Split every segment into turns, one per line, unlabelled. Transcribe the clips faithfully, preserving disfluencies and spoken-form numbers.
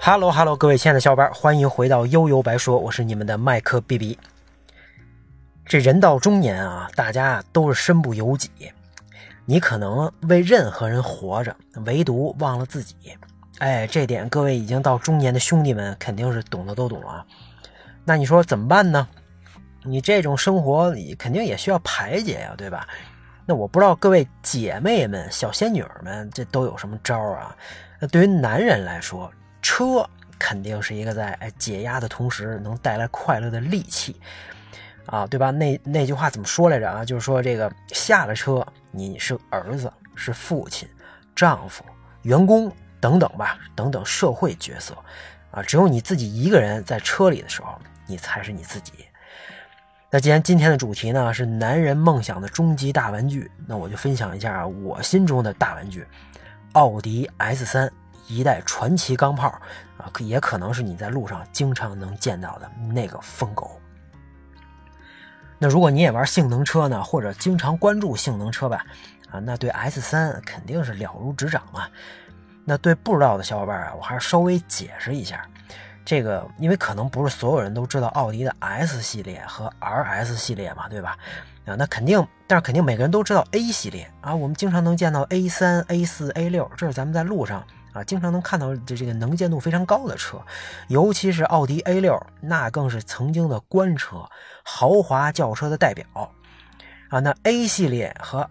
哈喽哈喽，各位亲爱的小伙伴，欢迎回到悠悠白说，我是你们的麦克 B B。这人到中年啊，大家都是身不由己，你可能为任何人活着，唯独忘了自己。哎，这点各位已经到中年的兄弟们肯定是懂的都懂啊。那你说怎么办呢？你这种生活你肯定也需要排解呀，对吧？那我不知道各位姐妹们、小仙女们这都有什么招啊？那对于男人来说，车肯定是一个在解压的同时能带来快乐的利器啊，对吧？那那句话怎么说来着啊？就是说这个下了车，你是儿子、是父亲、丈夫、员工等等吧，等等社会角色啊，只有你自己一个人在车里的时候，你才是你自己。那既然今天的主题呢是男人梦想的终极大玩具，那我就分享一下我心中的大玩具——奥迪 S 三。一代传奇钢炮啊，也可能是你在路上经常能见到的那个疯狗。那如果你也玩性能车呢，或者经常关注性能车吧，啊，那对 S 三肯定是了如指掌嘛。那对不知道的小伙伴啊，我还是稍微解释一下。这个因为可能不是所有人都知道奥迪的 S 系列和 R S 系列嘛，对吧？啊，那肯定，但是肯定每个人都知道 A 系列啊，我们经常能见到 A 三、A 四、A 六，这是咱们在路上啊，经常能看到这这个能见度非常高的车，尤其是奥迪 A 六，那更是曾经的官车、豪华轿车的代表啊。那 A 系列和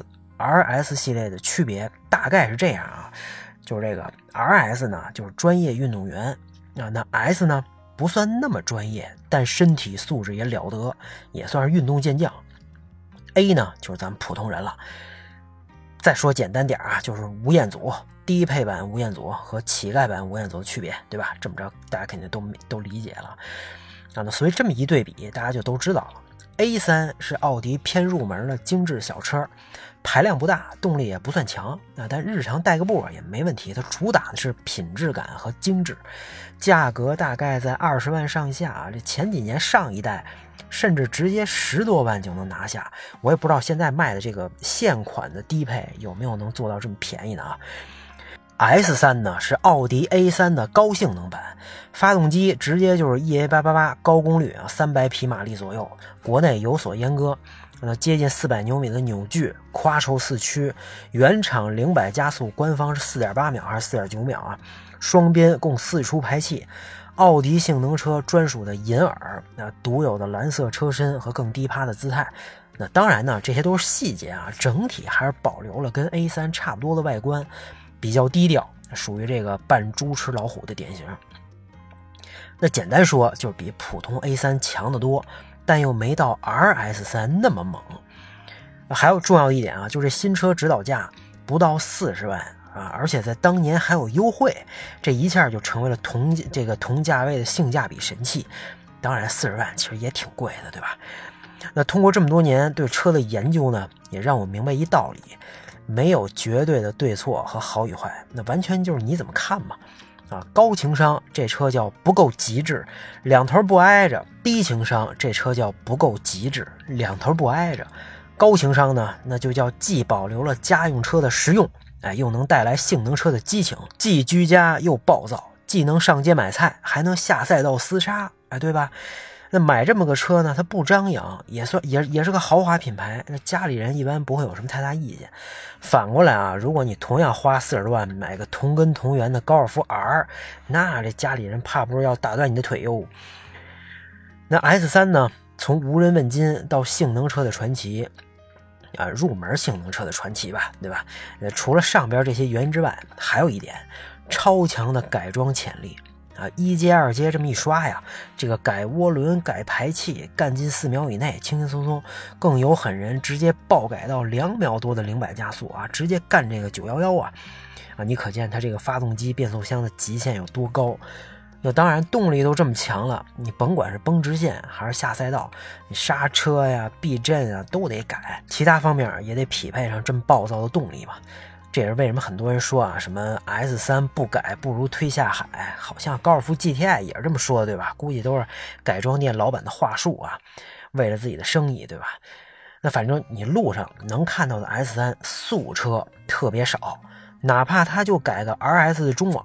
S、R S 系列的区别大概是这样啊，就是这个 R S 呢就是专业运动员啊，那 S 呢不算那么专业，但身体素质也了得，也算是运动健将。A 呢就是咱们普通人了。再说简单点啊，就是吴彦祖低配版吴彦祖和乞丐版吴彦祖的区别，对吧？这么着大家肯定都都理解了啊。那所以这么一对比，大家就都知道了。A 三是奥迪偏入门的精致小车，排量不大，动力也不算强啊，但日常带个步也没问题。它主打的是品质感和精致，价格大概在二十万上下。这前几年上一代甚至直接十多万就能拿下，我也不知道现在卖的这个现款的低配有没有能做到这么便宜的啊。S 三 呢是奥迪 A 三 的高性能版，发动机直接就是 E A 八八八 高功率啊，三百匹马力左右，国内有所阉割，那接近四百牛米的扭矩，夸抽四驱，原厂零百加速官方是 四点八秒还是 四点九秒啊？双边共四出排气，奥迪性能车专属的银耳，那独有的蓝色车身和更低趴的姿态。那当然呢，这些都是细节啊，整体还是保留了跟 A 三 差不多的外观，比较低调，属于这个扮猪吃老虎的典型。那简单说就是比普通 A 三 强得多，但又没到 R S 三 那么猛。还有重要的一点啊，就是新车指导价不到四十万啊，而且在当年还有优惠，这一下就成为了同这个同价位的性价比神器。当然四十万其实也挺贵的，对吧？那通过这么多年对车的研究呢，也让我明白一道理，没有绝对的对错和好与坏，那完全就是你怎么看嘛。啊，高情商这车叫不够极致，两头不挨着；低情商这车叫不够极致，两头不挨着。高情商呢，那就叫既保留了家用车的实用，哎，又能带来性能车的激情，既居家又暴躁，既能上街买菜，还能下赛道厮杀，哎，对吧？那买这么个车呢，它不张扬，也算也也是个豪华品牌，那家里人一般不会有什么太大意见。反过来啊，如果你同样花四十多万买个同根同源的高尔夫 R， 那这家里人怕不是要打断你的腿哟。那 S 三 呢，从无人问津到性能车的传奇啊，入门性能车的传奇吧，对吧？除了上边这些原因之外，还有一点超强的改装潜力。啊，一阶二阶这么一刷呀，这个改涡轮、改排气，干进四秒以内，轻轻松松。更有狠人直接爆改到两秒多的零百加速啊，直接干这个九一一啊！啊，你可见它这个发动机、变速箱的极限有多高。那当然，动力都这么强了，你甭管是崩直线还是下赛道，你刹车呀、避震啊都得改，其他方面也得匹配上这么暴躁的动力嘛。这也是为什么很多人说啊，什么 S 三 不改不如推下海，好像高尔夫 G T I 也是这么说的，对吧？估计都是改装店老板的话术啊，为了自己的生意，对吧？那反正你路上能看到的 S 三 素车特别少，哪怕它就改个 R S 的中网，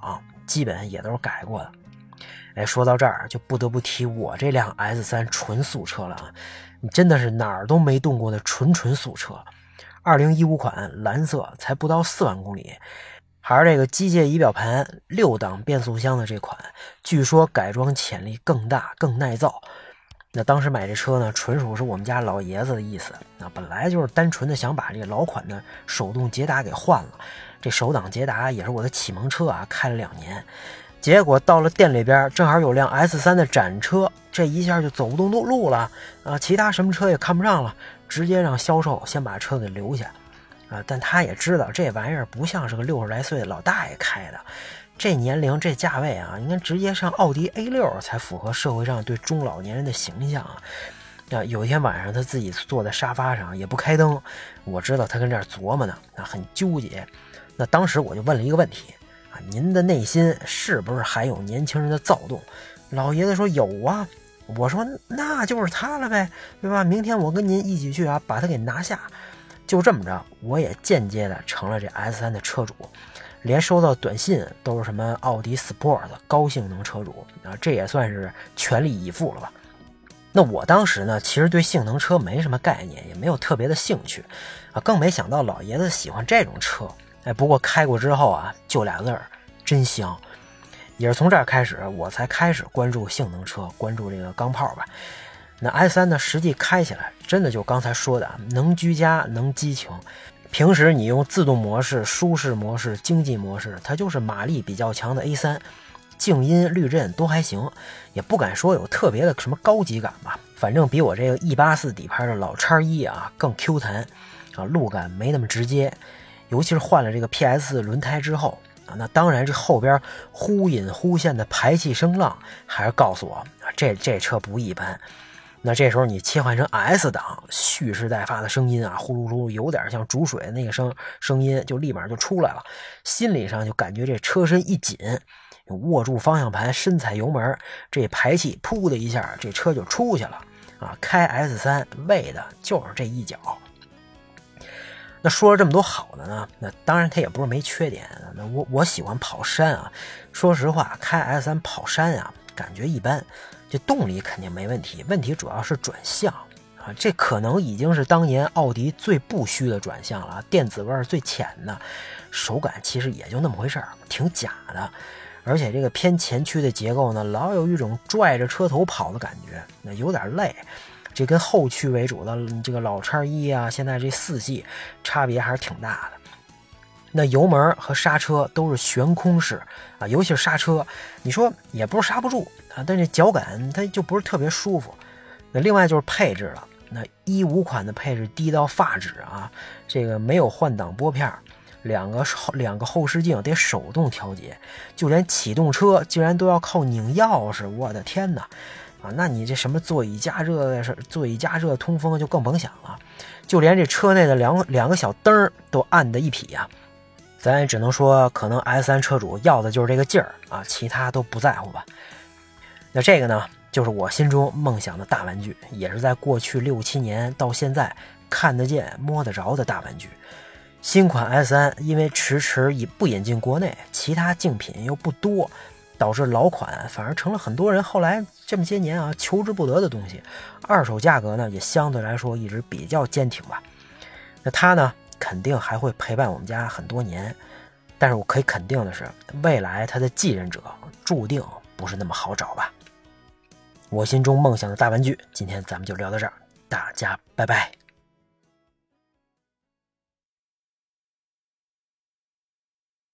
基本也都是改过的。哎，说到这儿就不得不提我这辆 S 三 纯素车了啊，你真的是哪儿都没动过的纯纯素车。二零一五款蓝色，才不到四万公里，还是这个机械仪表盘六档变速箱的这款，据说改装潜力更大更耐造。那当时买这车呢，纯属是我们家老爷子的意思，那本来就是单纯的想把这个老款的手动捷达给换了。这手挡捷达也是我的启蒙车啊，开了两年，结果到了店里边正好有辆 S 三 的展车，这一下就走不动路了啊，其他什么车也看不上了，直接让销售先把车给留下啊。但他也知道这玩意儿不像是个六十来岁的老大爷开的，这年龄这价位啊，应该直接上奥迪 A 六 才符合社会上对中老年人的形象啊。啊，有一天晚上他自己坐在沙发上也不开灯，我知道他跟这儿琢磨呢，啊，很纠结。那当时我就问了一个问题啊，您的内心是不是还有年轻人的躁动？老爷子说有啊。我说那就是他了呗，对吧？明天我跟您一起去啊，把他给拿下。就这么着，我也间接的成了这 S 三 的车主，连收到短信都是什么奥迪 Sport 高性能车主啊，这也算是全力以赴了吧。那我当时呢，其实对性能车没什么概念，也没有特别的兴趣啊，更没想到老爷子喜欢这种车。哎，不过开过之后啊，就俩字儿，真香。也是从这儿开始，我才开始关注性能车，关注这个钢炮吧。那 S 三 呢，实际开起来真的就刚才说的，能居家，能激情。平时你用自动模式、舒适模式、经济模式，它就是马力比较强的 A 三，静音、滤震都还行，也不敢说有特别的什么高级感吧。反正比我这个一八四底盘的老叉一啊更 Q 弹啊，路感没那么直接。尤其是换了这个 P S 轮胎之后啊，那当然这后边忽隐忽现的排气声浪还是告诉我这这车不一般。那这时候你切换成 S 档，蓄势待发的声音啊，呼噜噜，有点像煮水的那个声声音，就立马就出来了。心理上就感觉这车身一紧，握住方向盘，深踩油门，这排气噗的一下，这车就出去了啊！开 S 三 为的就是这一脚。那说了这么多好的呢，那当然它也不是没缺点。那我我喜欢跑山啊，说实话，开 S 三 跑山啊，感觉一般。这动力肯定没问题，问题主要是转向啊，这可能已经是当年奥迪最不虚的转向了，电子味最浅的，手感其实也就那么回事儿，挺假的。而且这个偏前驱的结构呢，老有一种拽着车头跑的感觉，那有点累。这跟后驱为主的这个老叉一啊，现在这四系差别还是挺大的。那油门和刹车都是悬空式啊，尤其是刹车，你说也不是刹不住啊，但是脚感它就不是特别舒服。那另外就是配置了，那一五款的配置低到发指啊，这个没有换挡拨片，两个两个后视镜得手动调节，就连启动车竟然都要靠拧钥匙，我的天哪！啊，那你这什么座椅加热、座椅加热、通风就更甭想了，就连这车内的两两个小灯都暗的一匹呀、啊。咱也只能说，可能 S 三 车主要的就是这个劲儿啊，其他都不在乎吧。那这个呢，就是我心中梦想的大玩具，也是在过去六七年到现在看得见、摸得着的大玩具。新款 S 三 因为迟迟已不引进国内，其他竞品又不多，导致老款反而成了很多人后来这么些年啊求之不得的东西。二手价格呢，也相对来说一直比较坚挺吧。那它呢，肯定还会陪伴我们家很多年，但是我可以肯定的是，未来它的继任者注定不是那么好找吧。我心中梦想的大玩具，今天咱们就聊到这儿，大家拜拜。